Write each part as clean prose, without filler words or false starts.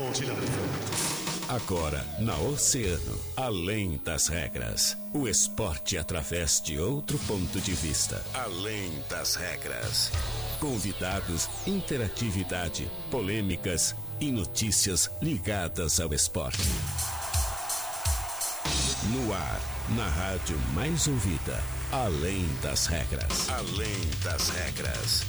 Agora, na Oceano, além das regras. O esporte através de outro ponto de vista. Além das regras. Convidados, interatividade, polêmicas e notícias ligadas ao esporte. No ar, na rádio mais ouvida. Além das regras. Além das regras.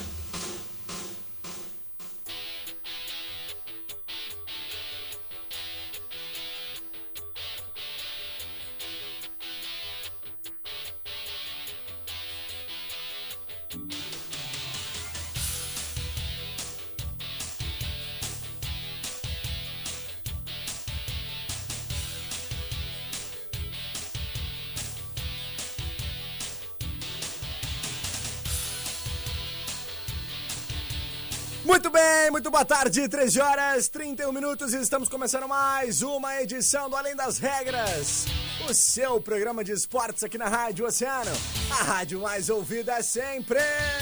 Muito bem, muito boa tarde, 13 horas 31 minutos e estamos começando mais uma edição do Além das Regras, o seu programa de esportes aqui na Rádio Oceano, a rádio mais ouvida sempre.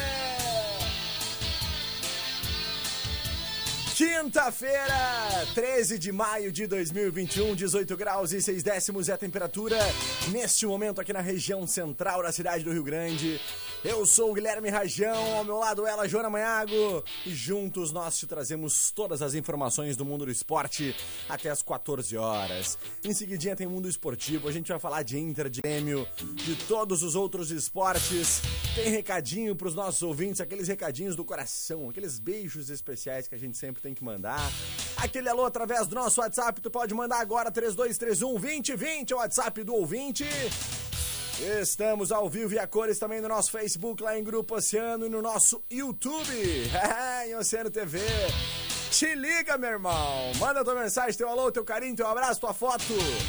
Quinta-feira, 13 de maio de 2021, 18 graus e 6 décimos é a temperatura neste momento aqui na região central da cidade do Rio Grande. Eu sou o Guilherme Rajão, ao meu lado ela, Joana Manhago, e juntos nós te trazemos todas as informações do mundo do esporte até as 14 horas. Em seguidinha tem Mundo Esportivo, a gente vai falar de Inter, de Grêmio, de todos os outros esportes. Tem recadinho pros nossos ouvintes, aqueles recadinhos do coração, aqueles beijos especiais que a gente sempre tem que mandar. Aquele alô através do nosso WhatsApp, tu pode mandar agora 3231-2020, é o WhatsApp do ouvinte. Estamos ao vivo e a cores também no nosso Facebook, lá em Grupo Oceano, e no nosso YouTube, em Oceano TV. Te liga, meu irmão. Manda tua mensagem, teu alô, teu carinho, teu abraço, tua foto.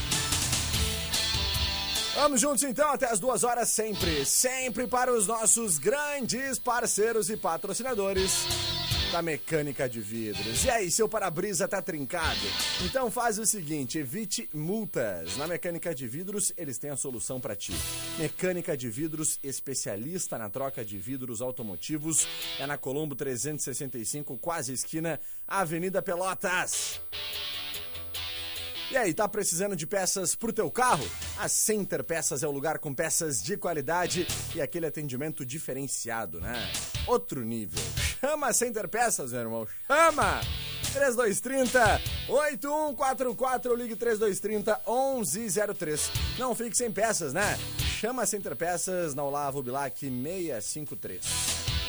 Vamos juntos então até as 2 horas sempre para os nossos grandes parceiros e patrocinadores da Mecânica de Vidros. E aí, seu para-brisa tá trincado? Então faz o seguinte, evite multas. Na Mecânica de Vidros, eles têm a solução para ti. Mecânica de Vidros, especialista na troca de vidros automotivos, é na Colombo 365, quase esquina, Avenida Pelotas. E aí, tá precisando de peças pro teu carro? A Center Peças é o lugar com peças de qualidade e aquele atendimento diferenciado, né? Outro nível. Chama a Center Peças, meu irmão. Chama! 3230-8144, ligue 3230-1103. Não fique sem peças, né? Chama a Center Peças na Olavo Bilac 653.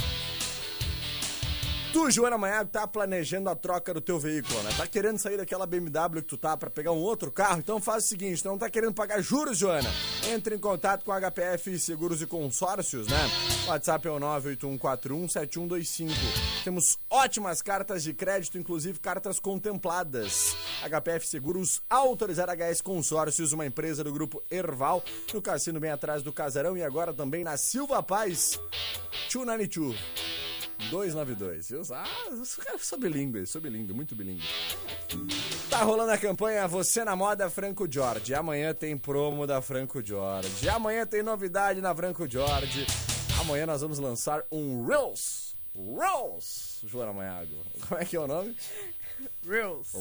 Tu, Joana Manhago, tá planejando a troca do teu veículo, né? Tá querendo sair daquela BMW que tu tá pra pegar um outro carro? Então faz o seguinte, tu não tá querendo pagar juros, Joana? Entre em contato com a HPF Seguros e Consórcios, né? O WhatsApp é o 981417125. Temos ótimas cartas de crédito, inclusive cartas contempladas. HPF Seguros, autorizada HS Consórcios, uma empresa do grupo Erval, no cassino bem atrás do Casarão e agora também na Silva Paz, 292. 292. Eu sou bilíngue, muito bilíngue. Tá rolando a campanha Você na Moda Franco Jorge. Amanhã tem promo da Franco Jorge. Amanhã tem novidade na Franco Jorge. Amanhã nós vamos lançar um Reels. Joana Manhago. Como é que é o nome? Reels.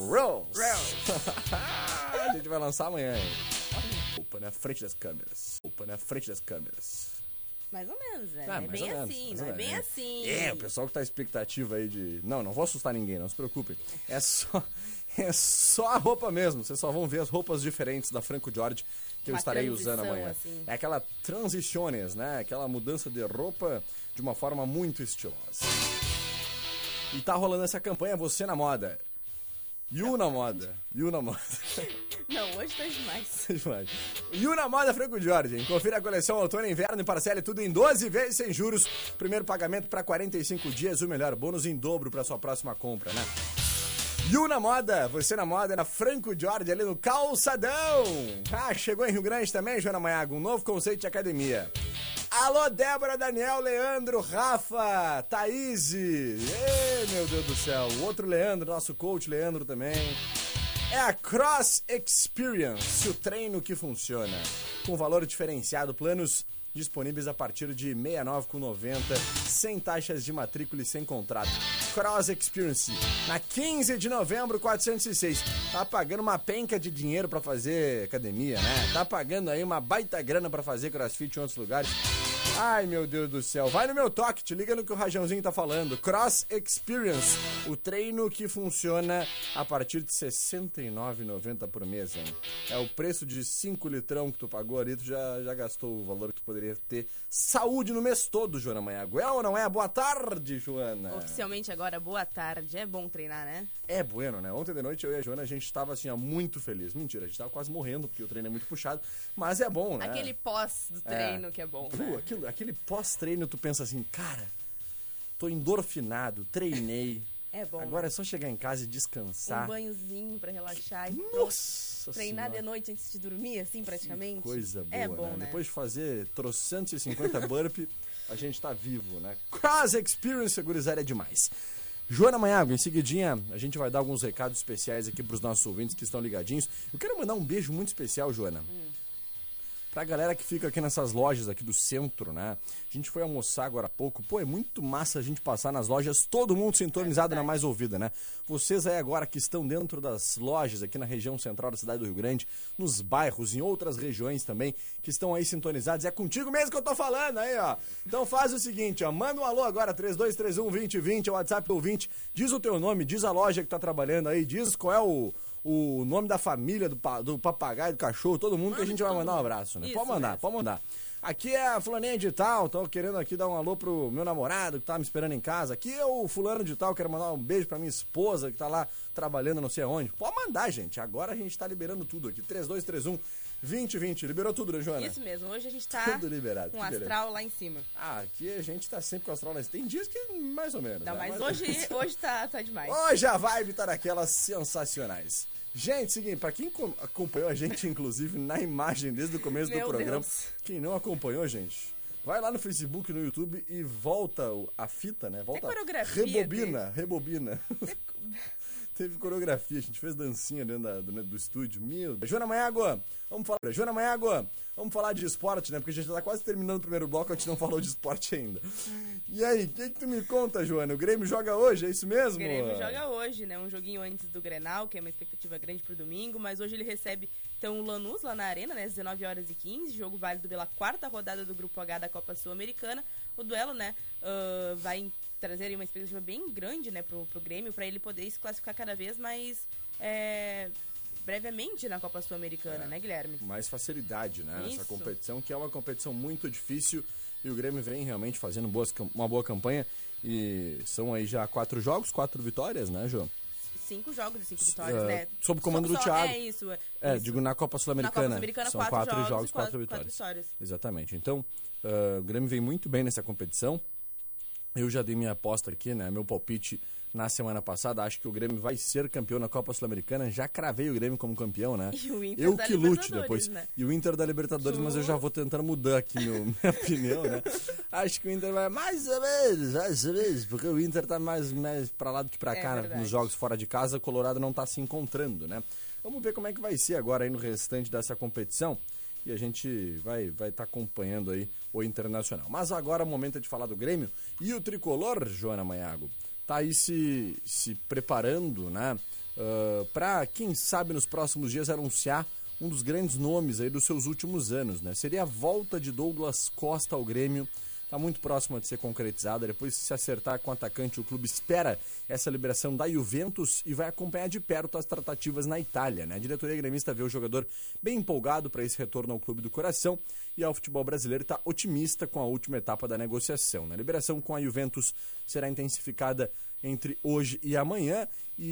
A gente vai lançar amanhã, hein? Opa, na frente das câmeras. Mais ou menos, né? Ah, não é bem assim. É, o pessoal que tá expectativa aí de... Não vou assustar ninguém, não se preocupem. É só a roupa mesmo. Vocês só vão ver as roupas diferentes da Franco Jorge que eu estarei usando amanhã. Assim. É aquela transições, né? Aquela mudança de roupa de uma forma muito estilosa. E tá rolando essa campanha Você na Moda. You na Moda. Não, hoje tá demais. You na Moda Franco Jorge, hein? Confira a coleção outono e inverno e parcele tudo em 12 vezes sem juros. Primeiro pagamento para 45 dias, o melhor bônus em dobro para sua próxima compra, né? You na Moda, Você na Moda, na Franco Jorge, ali no Calçadão. Ah, chegou em Rio Grande também, Joana Manhago, um novo conceito de academia. Alô, Débora, Daniel, Leandro, Rafa, Thaís. Ei, meu Deus do céu. O outro Leandro, nosso coach Leandro também. É a Cross Experience, o treino que funciona. Com valor diferenciado, planos disponíveis a partir de R$ 69,90, sem taxas de matrícula e sem contrato. Cross Experience. Na 15 de novembro, 406. Tá pagando uma penca de dinheiro pra fazer academia, né? Tá pagando aí uma baita grana pra fazer crossfit em outros lugares. Ai, meu Deus do céu. Vai no meu toque, te liga no que o Rajãozinho tá falando. Cross Experience, o treino que funciona a partir de R$ 69,90 por mês, hein? É o preço de 5 litrão que tu pagou ali, tu já gastou o valor que tu poderia ter. Saúde no mês todo, Joana Maiago. É ou não é? Boa tarde, Joana. Oficialmente agora, boa tarde. É bom treinar, né? É bueno, né? Ontem de noite eu e a Joana, a gente tava assim, ó, muito feliz. Mentira, a gente tava quase morrendo, porque o treino é muito puxado. Mas é bom, né? Aquele pós do treino que é bom, né? Aquele pós-treino, tu pensa assim, cara, tô endorfinado, treinei. É bom. Agora é só chegar em casa e descansar. Um banhozinho pra relaxar. Nossa Treinar senhora. de noite antes de dormir, assim, praticamente. Que coisa boa, é bom, né? Depois de fazer trocentos e 50 burpee, a gente tá vivo, né? Cross Experience, gurizada, é demais. Joana Maiago, em seguidinha, a gente vai dar alguns recados especiais aqui pros nossos ouvintes que estão ligadinhos. Eu quero mandar um beijo muito especial, Joana. Pra galera que fica aqui nessas lojas aqui do centro, né? A gente foi almoçar agora há pouco. Pô, é muito massa a gente passar nas lojas, todo mundo sintonizado na mais ouvida, né? Vocês aí agora que estão dentro das lojas aqui na região central da cidade do Rio Grande, nos bairros, em outras regiões também, que estão aí sintonizados. É contigo mesmo que eu tô falando aí, ó. Então faz o seguinte, ó. Manda um alô agora, 3231-2020, é o WhatsApp ouvinte. Diz o teu nome, diz a loja que tá trabalhando aí, diz qual é o nome da família, do papagaio, do cachorro, todo mundo, que a gente vai mandar um abraço, né? Isso Pode mandar, mesmo. pode mandar. Aqui é a fulaninha de tal, tô querendo aqui dar um alô pro meu namorado que tá me esperando em casa. Aqui é o fulano de tal, quero mandar um beijo pra minha esposa que tá lá trabalhando não sei aonde. Pode mandar, gente. Agora a gente tá liberando tudo aqui. 3231-2020. Liberou tudo, né, Joana? Isso mesmo. Hoje a gente tá Tudo liberado. com o astral lá em cima. Ah, aqui a gente tá sempre com o astral lá em cima. Tem dias que mais ou menos. Não, né? mas hoje tá demais. Hoje a vibe tá daquelas sensacionais. Gente, seguinte, pra quem acompanhou a gente, inclusive, na imagem desde o começo do programa, Deus. quem não acompanhou, gente, vai lá no Facebook, no YouTube e volta a fita, né? Volta, coreografia rebobina. Teve coreografia, a gente fez dancinha dentro do estúdio. Meu Deus. Joana Maiago, vamos falar de esporte, né? Porque a gente tá quase terminando o primeiro bloco, a gente não falou de esporte ainda. E aí, o que tu me conta, Joana? O Grêmio joga hoje, é isso mesmo? O Grêmio joga hoje, né? Um joguinho antes do Grenal, que é uma expectativa grande pro domingo, mas hoje ele recebe, então, o Lanús lá na Arena, né? Às 19h15, jogo válido pela 4ª rodada do Grupo H da Copa Sul-Americana. O duelo, né, vai trazer aí uma expectativa bem grande, né, pro Grêmio, pra ele poder se classificar cada vez mais brevemente na Copa Sul-Americana, né, Guilherme? Mais facilidade, né? Isso. Essa competição, que é uma competição muito difícil, e o Grêmio vem realmente fazendo uma boa campanha, e são aí já 4 jogos, 4 vitórias, né, Jô? 5 jogos e 5 vitórias, né? Sob o comando do Thiago. Isso. Digo, na Copa Sul-Americana. Na Copa Sul-Americana, são 4 jogos, 4 vitórias. Exatamente. Então, o Grêmio vem muito bem nessa competição. Eu já dei minha aposta aqui, né? Meu palpite na semana passada. Acho que o Grêmio vai ser campeão na Copa Sul-Americana. Já cravei o Grêmio como campeão, né? E o Inter eu da que lute Libertadores, depois. né? E o Inter da Libertadores, mas eu já vou tentando mudar aqui minha opinião, né? Acho que o Inter vai mais ou menos, porque o Inter tá mais pra lá do que pra cá, verdade. nos jogos fora de casa. O Colorado não tá se encontrando, né? Vamos ver como é que vai ser agora aí no restante dessa competição. E a gente vai tá acompanhando aí o Internacional. Mas agora é o momento de falar do Grêmio. E o Tricolor, Joana Maiago, tá aí se preparando, né? Pra, quem sabe, nos próximos dias anunciar um dos grandes nomes aí dos seus últimos anos, né? Seria a volta de Douglas Costa ao Grêmio. Está muito próxima de ser concretizada. Depois, se acertar com o atacante, o clube espera essa liberação da Juventus e vai acompanhar de perto as tratativas na Itália, né? A diretoria gremista vê o jogador bem empolgado para esse retorno ao clube do coração e ao futebol brasileiro está otimista com a última etapa da negociação, né? A liberação com a Juventus será intensificada entre hoje e amanhã,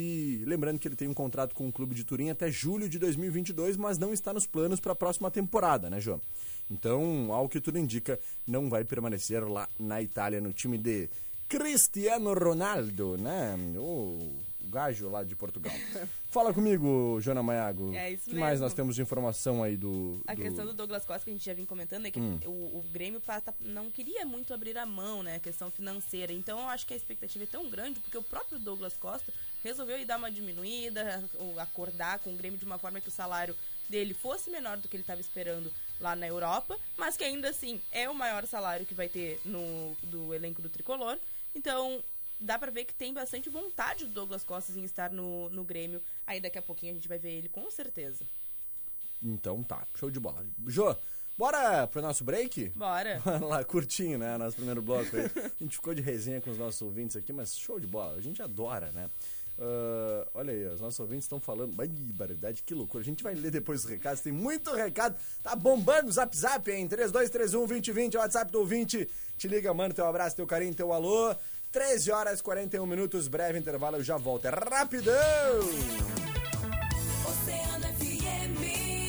e lembrando que ele tem um contrato com o clube de Turim até julho de 2022, mas não está nos planos para a próxima temporada, né, João? Então, ao que tudo indica, não vai permanecer lá na Itália no time de Cristiano Ronaldo, né? O gajo lá de Portugal. Fala comigo, Joana Maiago. É isso mesmo. O que mesmo. mais nós temos de informação aí A questão do Douglas Costa, que a gente já vinha comentando, é que o Grêmio não queria muito abrir a mão, né? A questão financeira. Então, eu acho que a expectativa é tão grande, porque o próprio Douglas Costa resolveu ir dar uma diminuída, acordar com o Grêmio de uma forma que o salário dele fosse menor do que ele estava esperando lá na Europa, mas que ainda assim é o maior salário que vai ter do elenco do Tricolor. Então, dá pra ver que tem bastante vontade do Douglas Costa em estar no Grêmio. Aí daqui a pouquinho a gente vai ver ele com certeza. Então tá, show de bola. Jô, bora pro nosso break? Bora. Lá, curtinho, né, nosso primeiro bloco aí. A gente ficou de resenha com os nossos ouvintes aqui, mas show de bola, a gente adora, né? Olha aí, os nossos ouvintes estão falando. Barbaridade, que loucura. A gente vai ler depois os recados, tem muito recado. Tá bombando o Zap Zap, hein? 3231-2020, o WhatsApp do ouvinte. Te liga, mano, teu abraço, teu carinho, teu alô. 13 horas 41 minutos, breve intervalo, eu já volto. É rapidão! Oceano FM,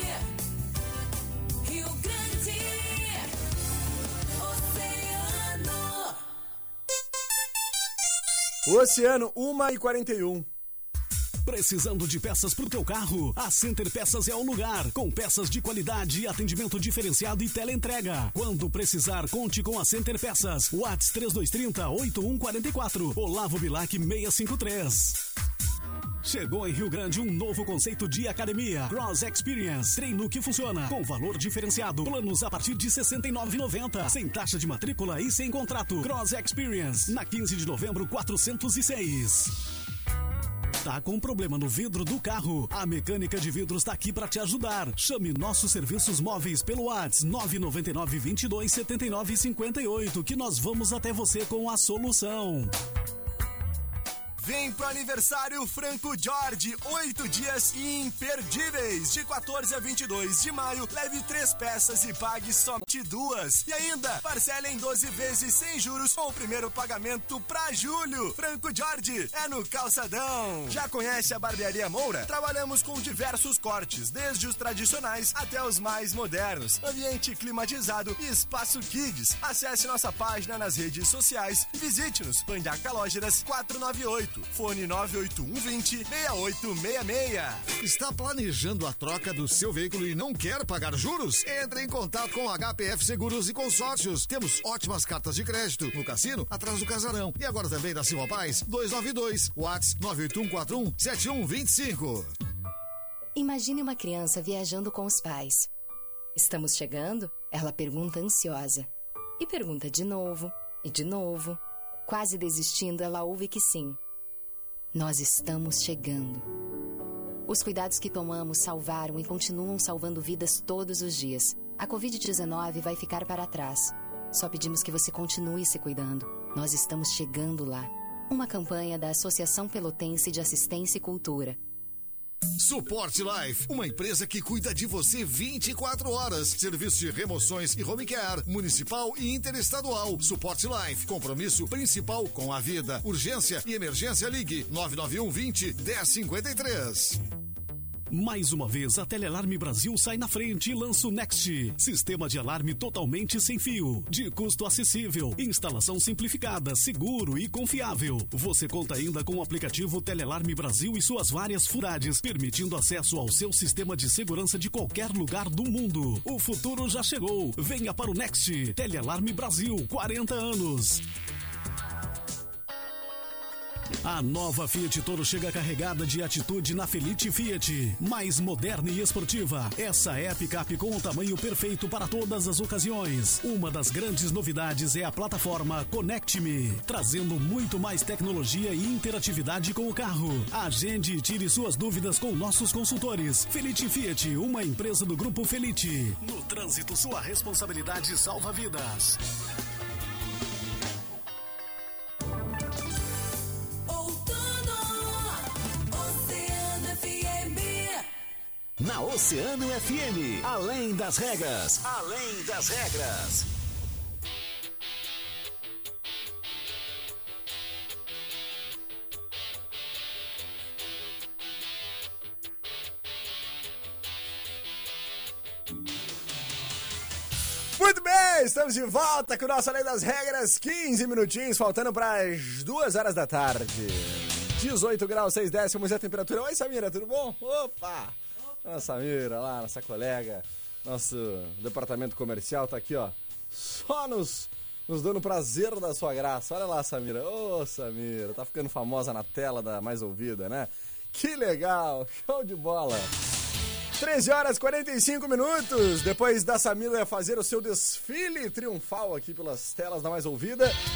Rio Grande, Oceano, 1h41. Precisando de peças pro teu carro? A Center Peças é o lugar. Com peças de qualidade, atendimento diferenciado e teleentrega. Quando precisar, conte com a Center Peças. Whats 3230-8144. Olavo Bilac 653. Chegou em Rio Grande um novo conceito de academia. Cross Experience. Treino que funciona. Com valor diferenciado. Planos a partir de R$ 69,90. Sem taxa de matrícula e sem contrato. Cross Experience. Na 15 de novembro, 406. Tá com problema no vidro do carro? A Mecânica de Vidros tá aqui para te ajudar. Chame nossos serviços móveis pelo WhatsApp 999-22-79-58 que nós vamos até você com a solução. Vem pro aniversário Franco Jorge, 8 dias imperdíveis, de 14 a 22 de maio, leve 3 peças e pague somente 2. E ainda, parcela em 12 vezes sem juros com o primeiro pagamento pra julho. Franco Jorge é no Calçadão. Já conhece a Barbearia Moura? Trabalhamos com diversos cortes, desde os tradicionais até os mais modernos. Ambiente climatizado e espaço kids. Acesse nossa página nas redes sociais e visite-nos. Pandaca Lógeras 498. Fone 98120-6866. Está planejando a troca do seu veículo e não quer pagar juros? Entre em contato com HPF Seguros e Consórcios. Temos ótimas cartas de crédito no Cassino, atrás do Casarão. E agora também na Silva Paz, 292, WhatsApp 98141-7125. Imagine uma criança viajando com os pais. Estamos chegando? Ela pergunta ansiosa. E pergunta de novo, e de novo. Quase desistindo, ela ouve que sim. Nós estamos chegando. Os cuidados que tomamos salvaram e continuam salvando vidas todos os dias. A Covid-19 vai ficar para trás. Só pedimos que você continue se cuidando. Nós estamos chegando lá. Uma campanha da Associação Pelotense de Assistência e Cultura. Suporte Life, uma empresa que cuida de você 24 horas. Serviço de remoções e home care, municipal e interestadual. Suporte Life, compromisso principal com a vida. Urgência e emergência, ligue 991-20-1053. Mais uma vez, a Telealarme Brasil sai na frente e lança o Next. Sistema de alarme totalmente sem fio, de custo acessível, instalação simplificada, seguro e confiável. Você conta ainda com o aplicativo Telealarme Brasil e suas várias funcionalidades, permitindo acesso ao seu sistema de segurança de qualquer lugar do mundo. O futuro já chegou. Venha para o Next. Telealarme Brasil, 40 anos. A nova Fiat Toro chega carregada de atitude na Felite Fiat, mais moderna e esportiva. Essa é a picape com o tamanho perfeito para todas as ocasiões. Uma das grandes novidades é a plataforma Connect-me, trazendo muito mais tecnologia e interatividade com o carro. Agende e tire suas dúvidas com nossos consultores. Felite Fiat, uma empresa do Grupo Felite. No trânsito, sua responsabilidade salva vidas. Na Oceano FM, além das regras. Além das regras. Muito bem, estamos de volta com o nosso Além das Regras. 15 minutinhos, faltando para as 2 horas da tarde. 18 graus, 6 décimos é a temperatura. Oi, Samira, tudo bom? Opa! Nossa Samira lá, nossa colega, nosso departamento comercial tá aqui, ó, só nos dando prazer da sua graça. Olha lá, Samira. Ô, Samira, tá ficando famosa na tela da mais ouvida, né? Que legal, show de bola. 13 horas e 45 minutos, depois da Samira fazer o seu desfile triunfal aqui pelas telas da mais ouvida,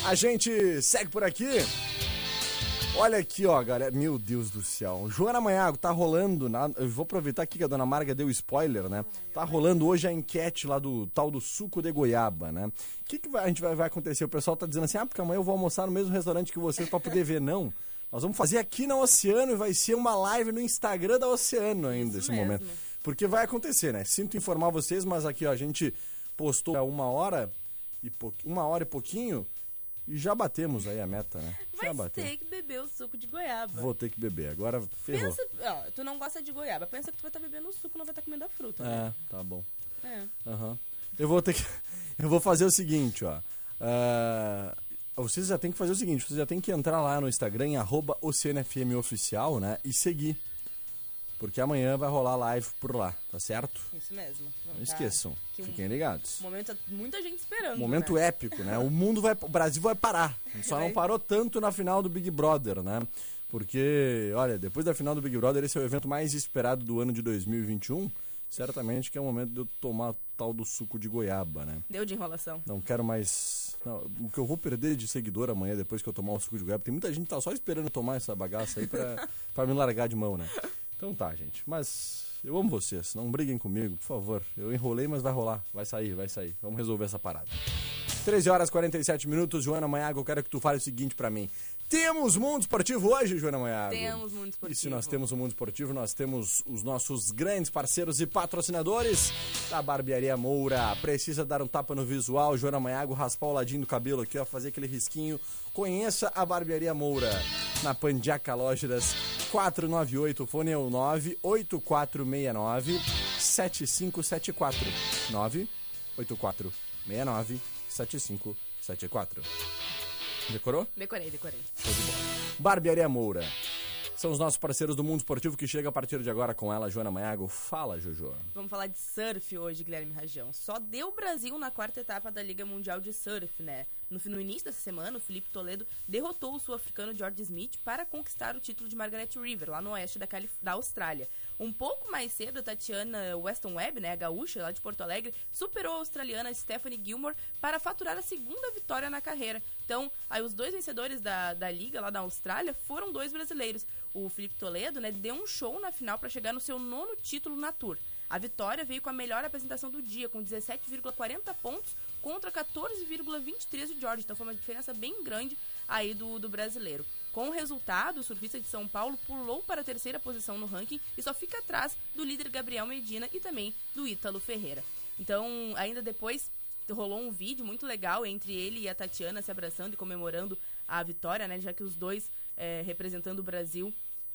A gente segue por aqui. Olha aqui, ó, galera. Meu Deus do céu. Joana Maiago, tá rolando. Eu vou aproveitar aqui que a dona Marga deu spoiler, né? Tá rolando hoje a enquete lá do tal do suco de goiaba, né? O que a gente vai acontecer? O pessoal tá dizendo assim, porque amanhã eu vou almoçar no mesmo restaurante que vocês pra poder ver. Não. Nós vamos fazer aqui na Oceano e vai ser uma live no Instagram da Oceano ainda, esse momento. Porque vai acontecer, né? Sinto informar vocês, mas aqui, ó, a gente postou 1 hora e pouquinho. E já batemos aí a meta, né? Vai ter que beber o suco de goiaba. Vou ter que beber, agora ferrou. Pensa, ó, tu não gosta de goiaba, pensa que tu vai estar bebendo o suco, não vai estar comendo a fruta, né? Tá bom. É. Eu vou fazer o seguinte, ó. Vocês já tem que fazer o seguinte, vocês já tem que entrar lá no Instagram, em @OceanoFMOficial, né? E seguir. Porque amanhã vai rolar live por lá, tá certo? Isso mesmo. Não esqueçam, fiquem ligados. Momento, muita gente esperando. Momento né? épico, né? O Brasil vai parar. Só não parou tanto na final do Big Brother, né? Porque, olha, depois da final do Big Brother, esse é o evento mais esperado do ano de 2021. Certamente que é o momento de eu tomar o tal do suco de goiaba, né? Deu de enrolação. Não quero mais... Não, o que eu vou perder de seguidor amanhã, depois que eu tomar o suco de goiaba, tem muita gente que tá só esperando tomar essa bagaça aí pra me largar de mão, né? Então tá, gente. Mas eu amo vocês. Não briguem comigo, por favor. Eu enrolei, mas vai rolar. Vai sair. Vamos resolver essa parada. 13h47. Joana Maiago, eu quero que tu fale o seguinte pra mim. Temos Mundo Esportivo hoje, Joana Maiago? Temos Mundo Esportivo. E se nós temos o Mundo Esportivo, nós temos os nossos grandes parceiros e patrocinadores da Barbearia Moura. Precisa dar um tapa no visual, Joana Maiago, raspar o ladinho do cabelo aqui, ó, fazer aquele risquinho. Conheça a Barbearia Moura na Pandiaca Lógiras 498, fone é o 98469-7574. 98469-7574. Decorou? Decorei. Barbearia Moura. São os nossos parceiros do Mundo Esportivo que chega a partir de agora com ela, Joana Maiago. Fala, Jojo. Vamos falar de surf hoje, Guilherme Rajão. Só deu Brasil na 4ª etapa da Liga Mundial de Surf, né? No início dessa semana, o Felipe Toledo derrotou o sul-africano George Smith para conquistar o título de Margaret River, lá no oeste da Austrália. Um pouco mais cedo, a Tatiana Weston Webb, né, a gaúcha lá de Porto Alegre, superou a australiana Stephanie Gilmore para faturar a 2ª vitória na carreira. Então, aí os 2 vencedores da liga lá da Austrália foram 2 brasileiros. O Felipe Toledo, né, deu um show na final para chegar no seu 9º título na Tour. A vitória veio com a melhor apresentação do dia, com 17,40 pontos contra 14,23 do George. Então foi uma diferença bem grande aí do brasileiro. Com o resultado, o surfista de São Paulo pulou para a 3ª posição no ranking e só fica atrás do líder Gabriel Medina e também do Ítalo Ferreira. Então, ainda depois, rolou um vídeo muito legal entre ele e a Tatiana se abraçando e comemorando a vitória, né? Já que os dois, representando o Brasil,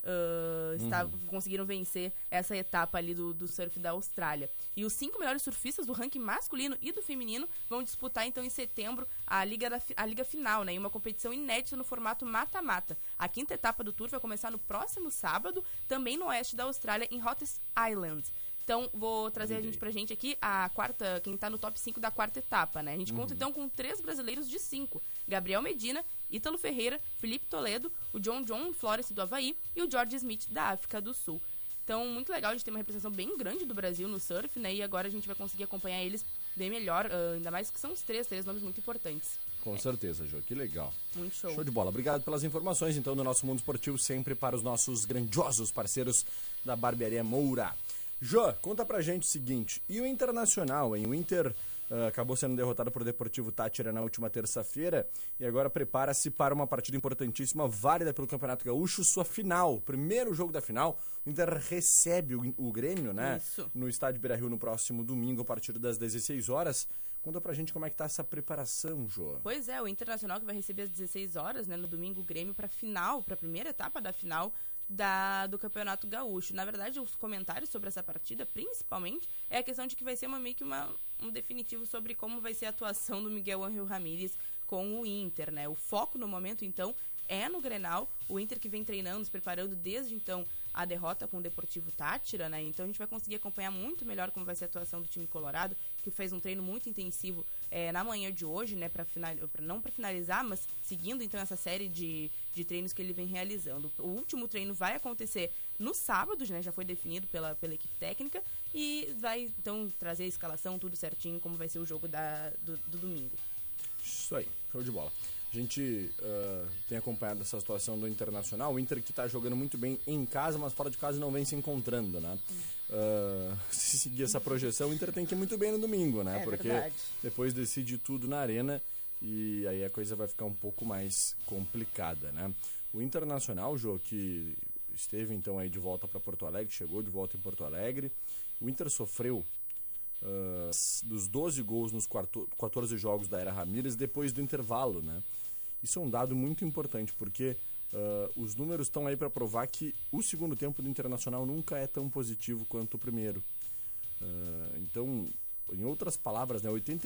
conseguiram vencer essa etapa ali do surf da Austrália. E os 5 melhores surfistas do ranking masculino e do feminino vão disputar então em setembro a liga final, né, em uma competição inédita no formato mata-mata. A 5ª etapa do Tour vai começar no próximo sábado, também no oeste da Austrália, em Rottnest Island. Então, vou trazer pra gente aqui quem tá no top 5 da 4ª etapa, né? A gente conta então com 3 brasileiros de 5. Gabriel Medina, Ítalo Ferreira, Felipe Toledo, o John Florence do Havaí e o George Smith da África do Sul. Então, muito legal, a gente tem uma representação bem grande do Brasil no surf, né? E agora a gente vai conseguir acompanhar eles bem melhor, ainda mais que são os 3 nomes muito importantes. Com certeza, Jô, que legal. Muito show. Show de bola. Obrigado pelas informações, então, do nosso Mundo Esportivo, sempre para os nossos grandiosos parceiros da Barbearia Moura. Jô, conta pra gente o seguinte, e o Internacional, hein? O Inter acabou sendo derrotado por Deportivo Táchira na última terça-feira e agora prepara-se para uma partida importantíssima, válida pelo Campeonato Gaúcho, sua final, primeiro jogo da final. O Inter recebe o Grêmio, né? Isso. No estádio Beira-Rio no próximo domingo, a partir das 16 horas. Conta pra gente como é que tá essa preparação, Jô. Pois é, o Internacional que vai receber às 16 horas, né, no domingo, o Grêmio para a primeira etapa da final do Campeonato Gaúcho. Na verdade, os comentários sobre essa partida, principalmente, é a questão de que vai ser meio que um definitivo sobre como vai ser a atuação do Miguel Ángel Ramírez com o Inter, né? O foco no momento, então, é no Grenal. O Inter que vem treinando, se preparando desde então a derrota com o Deportivo Táchira, né? Então a gente vai conseguir acompanhar muito melhor como vai ser a atuação do time colorado, que fez um treino muito intensivo na manhã de hoje, né? Não para finalizar, mas seguindo então essa série de treinos que ele vem realizando. O último treino vai acontecer no sábado, né? Já foi definido pela equipe técnica e vai então trazer a escalação, tudo certinho, como vai ser o jogo do domingo. Isso aí, show de bola. A gente tem acompanhado essa situação do Internacional. O Inter que está jogando muito bem em casa, mas fora de casa não vem se encontrando, né? Se seguir essa projeção, o Inter tem que ir muito bem no domingo, né? Porque verdade. depois decide tudo na arena e aí a coisa vai ficar um pouco mais complicada, né? O Internacional, Jô, que esteve então aí de volta para Porto Alegre, chegou de volta em Porto Alegre. O Inter sofreu dos 12 gols nos 14 jogos da era Ramírez depois do intervalo, né? Isso é um dado muito importante, porque os números estão aí para provar que o segundo tempo do Internacional nunca é tão positivo quanto o primeiro. Então, em outras palavras, né,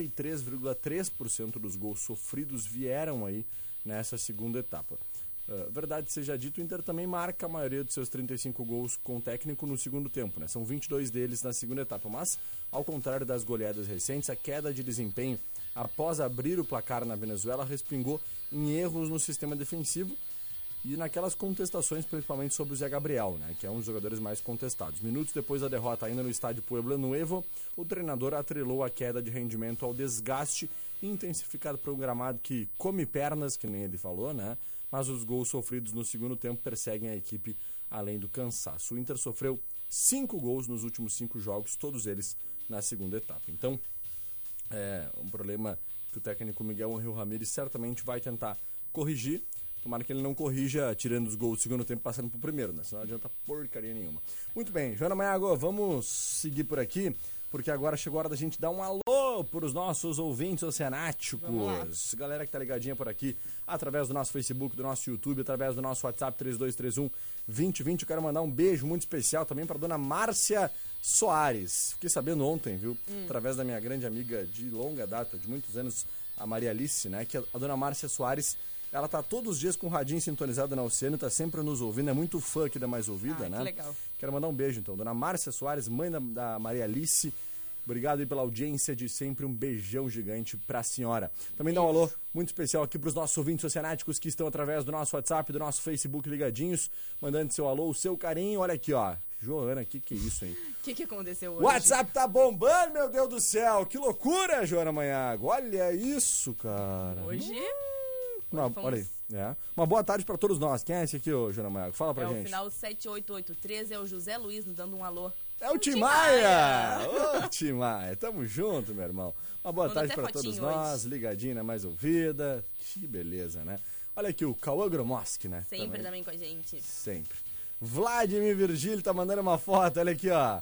83,3% dos gols sofridos vieram aí nessa segunda etapa. Verdade seja dito, o Inter também marca a maioria dos seus 35 gols com o técnico no segundo tempo, né? São 22 deles na segunda etapa, mas ao contrário das goleadas recentes, a queda de desempenho após abrir o placar na Venezuela respingou em erros no sistema defensivo e naquelas contestações, principalmente sobre o Zé Gabriel, né? Que é um dos jogadores mais contestados. Minutos depois da derrota ainda no estádio Puebla Nuevo, o treinador atrelou a queda de rendimento ao desgaste intensificado por um gramado que come pernas, que nem ele falou, né? Mas os gols sofridos no segundo tempo perseguem a equipe além do cansaço. O Inter sofreu 5 gols nos últimos 5 jogos, todos eles na segunda etapa. Então, é um problema que o técnico Miguel Ángel Ramírez certamente vai tentar corrigir. Tomara que ele não corrija tirando os gols do segundo tempo passando pro primeiro, né? Senão não adianta porcaria nenhuma. Muito bem, Joana Maiago, vamos seguir por aqui, porque agora chegou a hora da gente dar um alô para os nossos ouvintes oceanáticos. Galera que tá ligadinha por aqui, através do nosso Facebook, do nosso YouTube, através do nosso WhatsApp 3231-2020. Eu quero mandar um beijo muito especial também para dona Márcia Soares. Fiquei sabendo ontem, viu? Através da minha grande amiga de longa data, de muitos anos, a Maria Alice, né? Que a dona Márcia Soares, ela tá todos os dias com o radinho sintonizado na Oceano, tá sempre nos ouvindo, é muito fã aqui da Mais Ouvida, né? Que legal. Quero mandar um beijo, então. Dona Márcia Soares, mãe da Maria Alice, obrigado aí pela audiência de sempre, um beijão gigante pra senhora. Também dá um alô muito especial aqui pros nossos ouvintes oceanáticos que estão através do nosso WhatsApp, do nosso Facebook ligadinhos, mandando seu alô, o seu carinho. Olha aqui, ó. Joana, que é isso aí? O que aconteceu hoje? O WhatsApp tá bombando, meu Deus do céu. Que loucura, Joana Manhago. Olha isso, cara. Hoje... Olha aí. Uma boa tarde pra todos nós. Quem é esse aqui, ô Joana Manhago? Fala pra gente. O final 78813 é o José Luiz nos dando um alô. É o Tim Maia! Ô, Tim Maia, tamo junto, meu irmão. Uma boa tarde pra todos nós, ligadinho na Mais Ouvida. Que beleza, né? Olha aqui o Cauã Gromoski, né? Sempre também com a gente. Sempre. Vladimir Virgílio tá mandando uma foto, olha aqui, ó.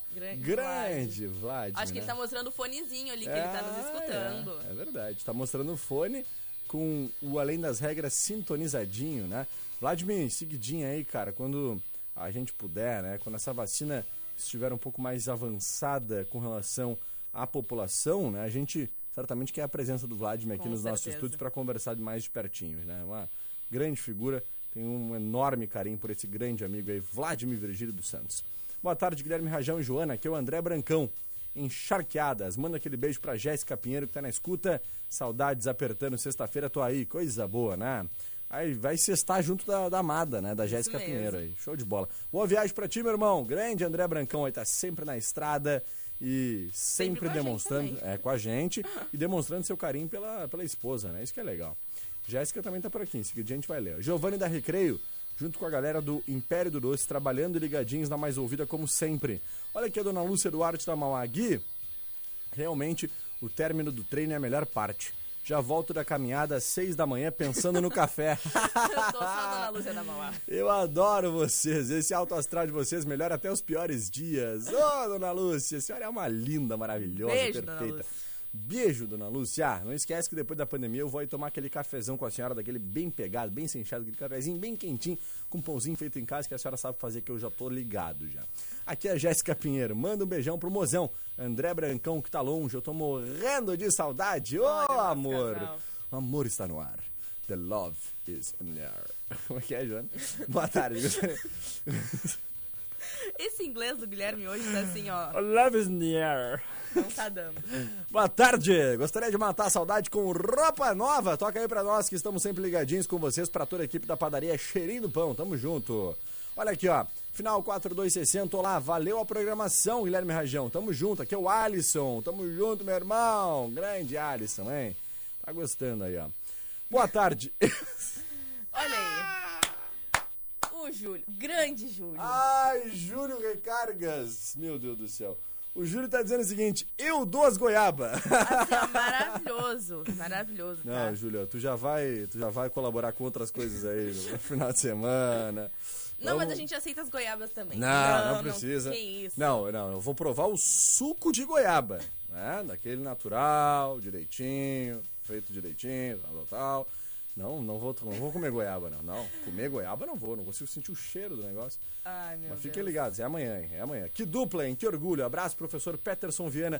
Grande Vlad. Acho que ele tá mostrando o fonezinho ali, que ele tá nos escutando. É verdade, tá mostrando o fone com o Além das Regras sintonizadinho, né? Vladimir, seguidinho aí, cara, quando a gente puder, né? Quando essa vacina estiver um pouco mais avançada com relação à população, né? A gente certamente quer a presença do Vladimir aqui nos nossos estúdios para conversar mais de pertinho, né? Uma grande figura, tenho um enorme carinho por esse grande amigo aí, Vladimir Virgílio dos Santos. Boa tarde, Guilherme Rajão e Joana, aqui é o André Brancão, encharqueadas. Manda aquele beijo pra Jéssica Pinheiro que tá na escuta, saudades apertando, sexta-feira tô aí, coisa boa, né? Aí vai sextar junto da amada, né? Da Jéssica Pinheiro aí. Show de bola. Boa viagem pra ti, meu irmão. Grande André Brancão aí, tá sempre na estrada e sempre demonstrando. Com a gente e demonstrando seu carinho pela esposa, né? Isso que é legal. Jéssica também tá por aqui, em seguida a gente vai ler. Giovanni da Recreio, junto com a galera do Império do Doce, trabalhando e ligadinhos na Mais Ouvida como sempre. Olha aqui a dona Lúcia Duarte da Mauá. Gui, realmente o término do treino é a melhor parte. Já volto da caminhada às 6 da manhã pensando no café. Eu tô só a dona Lúcia da Mauá. Eu adoro vocês. Esse alto astral de vocês melhora até os piores dias. Ô, dona Lúcia, a senhora é uma linda, maravilhosa, beijo, perfeita. Dona Lúcia. Beijo, dona Lúcia. Não esquece que depois da pandemia eu vou aí tomar aquele cafezão com a senhora, daquele bem pegado, bem cinchado, aquele cafezinho bem quentinho, com um pãozinho feito em casa que a senhora sabe fazer, que eu já tô ligado já. Aqui é a Jéssica Pinheiro. Manda um beijão pro mozão André Brancão, que tá longe. Eu tô morrendo de saudade. Ô, amor. O amor está no ar. The love is in the air. Como é que é, Joana? Boa tarde. Esse inglês do Guilherme hoje tá assim, ó. Love is in the air. Não tá dando. Boa tarde, gostaria de matar a saudade com roupa nova. Toca aí pra nós que estamos sempre ligadinhos com vocês, pra toda a equipe da padaria Cheirinho do Pão, tamo junto. Olha aqui, ó, final 4260, olá, valeu a programação, Guilherme Rajão, tamo junto, aqui é o Alisson, tamo junto, meu irmão, grande Alisson, hein? Tá gostando aí, ó. Boa tarde. Olha aí. O Júlio, grande Júlio. Ai, Júlio Recargas. Meu Deus do céu. O Júlio tá dizendo o seguinte, eu dou as goiabas. Assim, ó, maravilhoso, maravilhoso, tá? Não, Júlio, tu já vai colaborar com outras coisas aí no final de semana. Não, mas a gente aceita as goiabas também. Não precisa. Que isso. Não, eu vou provar o suco de goiaba, né? Daquele natural, direitinho, feito direitinho, tal. Não vou comer goiaba, não. Comer goiaba não consigo sentir o cheiro do negócio. Ai, meu Mas Deus. fiquem ligados, é amanhã, hein? É amanhã. Que dupla, hein? Que orgulho. Abraço, professor Peterson Viana.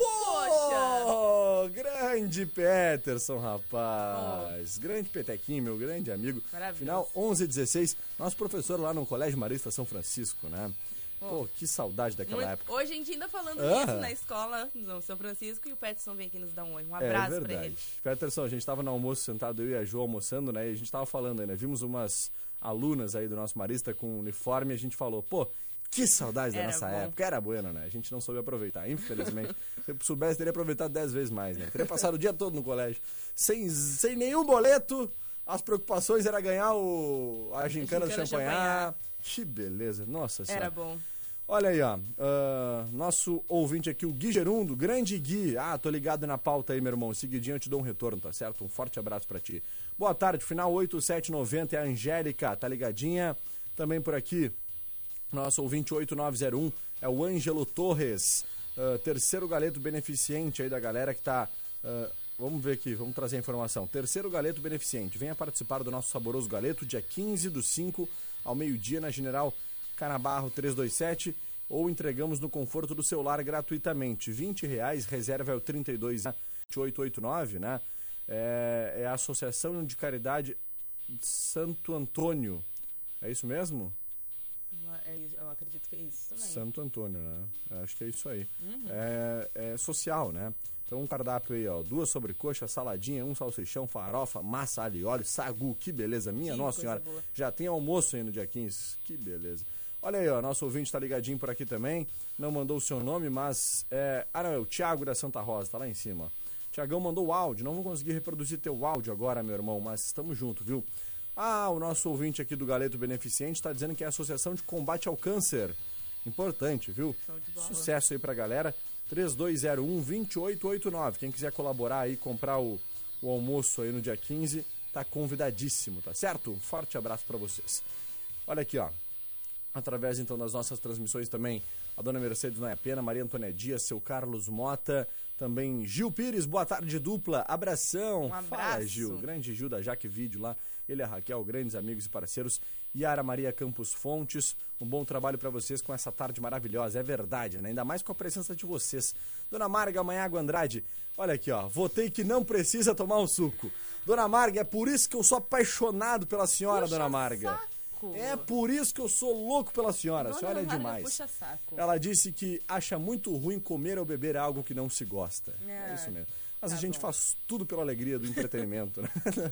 Poxa! Grande Peterson, rapaz. Grande Petequinho, meu grande amigo. Maravilhoso. Final 11h16, nosso professor lá no Colégio Marista São Francisco, né? Pô, que saudade daquela época. Hoje a gente ainda falando isso na escola, no São Francisco, e o Peterson vem aqui nos dar um oi. Um abraço pra ele. Peterson, a gente tava no almoço sentado, eu e a Jo almoçando, né? E a gente tava falando aí, né? Vimos umas alunas aí do nosso Marista com uniforme e a gente falou, pô, que saudade da nossa época. Era bueno, né? A gente não soube aproveitar, infelizmente. Se eu soubesse, teria aproveitado 10 vezes mais, né? Teria passado o dia todo no colégio. Sem nenhum boleto, as preocupações era ganhar a gincana do champanhar. Que beleza, nossa senhora. Era bom. Olha aí, ó, nosso ouvinte aqui, o Gui Gerundo, grande Gui. Tô ligado na pauta aí, meu irmão. Seguidinho eu te dou um retorno, tá certo? Um forte abraço pra ti. Boa tarde, final 8790 é a Angélica, tá ligadinha? Também por aqui, nosso ouvinte 8901 é o Ângelo Torres, terceiro galeto beneficente aí da galera que tá... vamos ver aqui, vamos trazer a informação. Terceiro galeto beneficente, venha participar do nosso saboroso galeto, dia 15/5 ao meio-dia na General Canabarro 327, ou entregamos no conforto do seu lar gratuitamente. R$20, reserva é o 32-889, né? É a Associação de Caridade Santo Antônio. É isso mesmo? Eu acredito que é isso também. Santo Antônio, né? Acho que é isso aí. É social, né? Então um cardápio aí, ó, 2 sobrecoxas, saladinha, 1 salsichão, farofa, massa, alho e óleo, sagu, que beleza, minha nossa senhora. Boa. Já tem almoço aí no dia 15, que beleza. Olha aí, ó, nosso ouvinte tá ligadinho por aqui também, não mandou o seu nome, mas é o Thiago da Santa Rosa, tá lá em cima, ó. Tiagão mandou o áudio, não vou conseguir reproduzir teu áudio agora, meu irmão, mas estamos juntos, viu? O nosso ouvinte aqui do Galeto Beneficente tá dizendo que é a Associação de Combate ao Câncer. Importante, viu? Sucesso aí pra galera. 3201-2889. Quem quiser colaborar aí, comprar o almoço aí no dia 15, tá convidadíssimo, tá certo? Um forte abraço pra vocês. Olha aqui, ó. Através, então, das nossas transmissões também, a dona Mercedes Noia Pena, Maria Antônia Dias, seu Carlos Mota, também Gil Pires, boa tarde, dupla, abração. Um abraço. Fala, Gil, grande Gil da Jaque Vídeo lá, ele e a Raquel, grandes amigos e parceiros. Yara Maria Campos Fontes, um bom trabalho pra vocês com essa tarde maravilhosa, é verdade, né? Ainda mais com a presença de vocês. Dona Marga Manhago Andrade, olha aqui, ó, votei que não precisa tomar um suco. Dona Marga, é por isso que eu sou apaixonado pela senhora, Dona Marga. É por isso que eu sou louco pela senhora. A senhora é demais. Puxa saco. Ela disse que acha muito ruim comer ou beber algo que não se gosta. É isso mesmo. Mas a gente faz tudo pela alegria do entretenimento, né?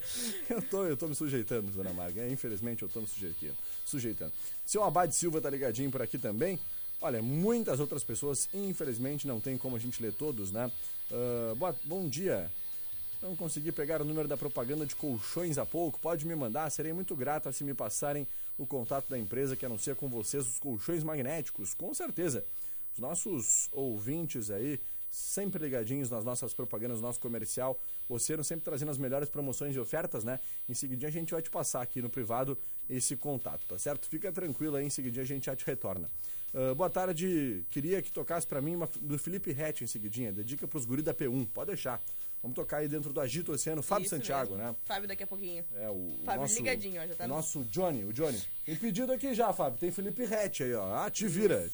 Eu tô me sujeitando, Dona Marga. Infelizmente eu tô me sujeitando. Seu Abade Silva tá ligadinho por aqui também. Olha, muitas outras pessoas, infelizmente, não tem como a gente ler todos, né? Bom dia. Não consegui pegar o número da propaganda de colchões há pouco. Pode me mandar, serei muito grata se me passarem o contato da empresa que anuncia com vocês os colchões magnéticos. Com certeza. Os nossos ouvintes aí, sempre ligadinhos nas nossas propagandas, no nosso comercial, você sempre trazendo as melhores promoções e ofertas, né? Em seguidinho a gente vai te passar aqui no privado esse contato, tá certo? Fica tranquilo aí, em seguidinho a gente já te retorna. Boa tarde, queria que tocasse pra mim uma do Felipe Rett em seguidinha, dedica pros guri da P1, pode deixar. Vamos tocar aí dentro do Agito Oceano, Fábio Isso Santiago, mesmo. né? Fábio daqui a pouquinho. O Fábio nosso, ligadinho, ó, já tá o nosso Johnny, o Johnny. Tem pedido aqui já, Fábio, tem Felipe Rett aí, ó. Te vira,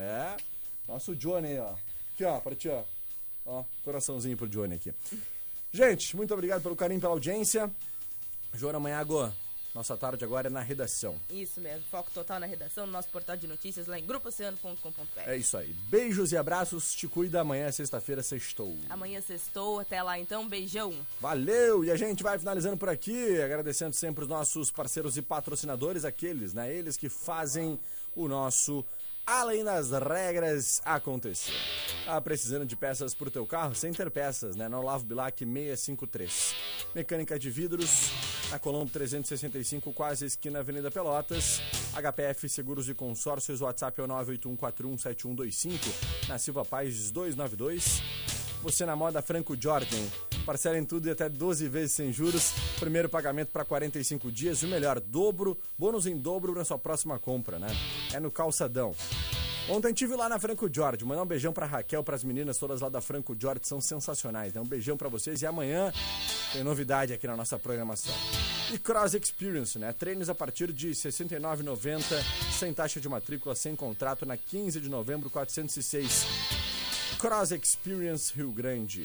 nosso Johnny aí, ó. Aqui, ó, pra ti, ó. Ó, coraçãozinho pro Johnny aqui. Gente, muito obrigado pelo carinho, pela audiência. Joana Manhago, nossa tarde agora é na redação. Isso mesmo, foco total na redação, no nosso portal de notícias lá em grupooceano.com.br. É isso aí. Beijos e abraços, te cuida, amanhã é sexta-feira, sextou. Amanhã sextou, até lá então, beijão. Valeu! E a gente vai finalizando por aqui, agradecendo sempre os nossos parceiros e patrocinadores, aqueles, né? Eles que fazem o nosso Além das regras acontecer. Tá precisando de peças pro teu carro? Center Peças, né? No Olavo Bilac 653. Mecânica de vidros, na Colombo 365, quase esquina Avenida Pelotas. HPF Seguros e Consórcios, WhatsApp é o 981417125. Na Silva Paz 292. Você na moda Franco Jordan. Parcela em tudo e até 12 vezes sem juros. Primeiro pagamento para 45 dias. E o melhor, bônus em dobro na sua próxima compra, né? É no Calçadão. Ontem estive lá na Franco Jorge. Mandar um beijão pra Raquel, pras meninas todas lá da Franco Jorge, são sensacionais, né? Um beijão pra vocês e amanhã tem novidade aqui na nossa programação. E Cross Experience, né? Treinos a partir de R$ 69,90, sem taxa de matrícula, sem contrato, na 15 de novembro, 406. Cross Experience Rio Grande.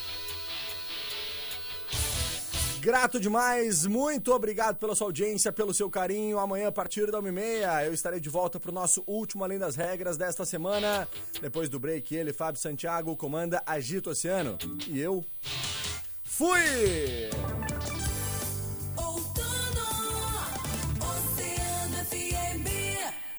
Grato demais, muito obrigado pela sua audiência, pelo seu carinho. Amanhã, a partir da 1h30, eu estarei de volta pro nosso último Além das Regras desta semana. Depois do break, ele, Fábio Santiago, comanda Agito Oceano. E eu fui!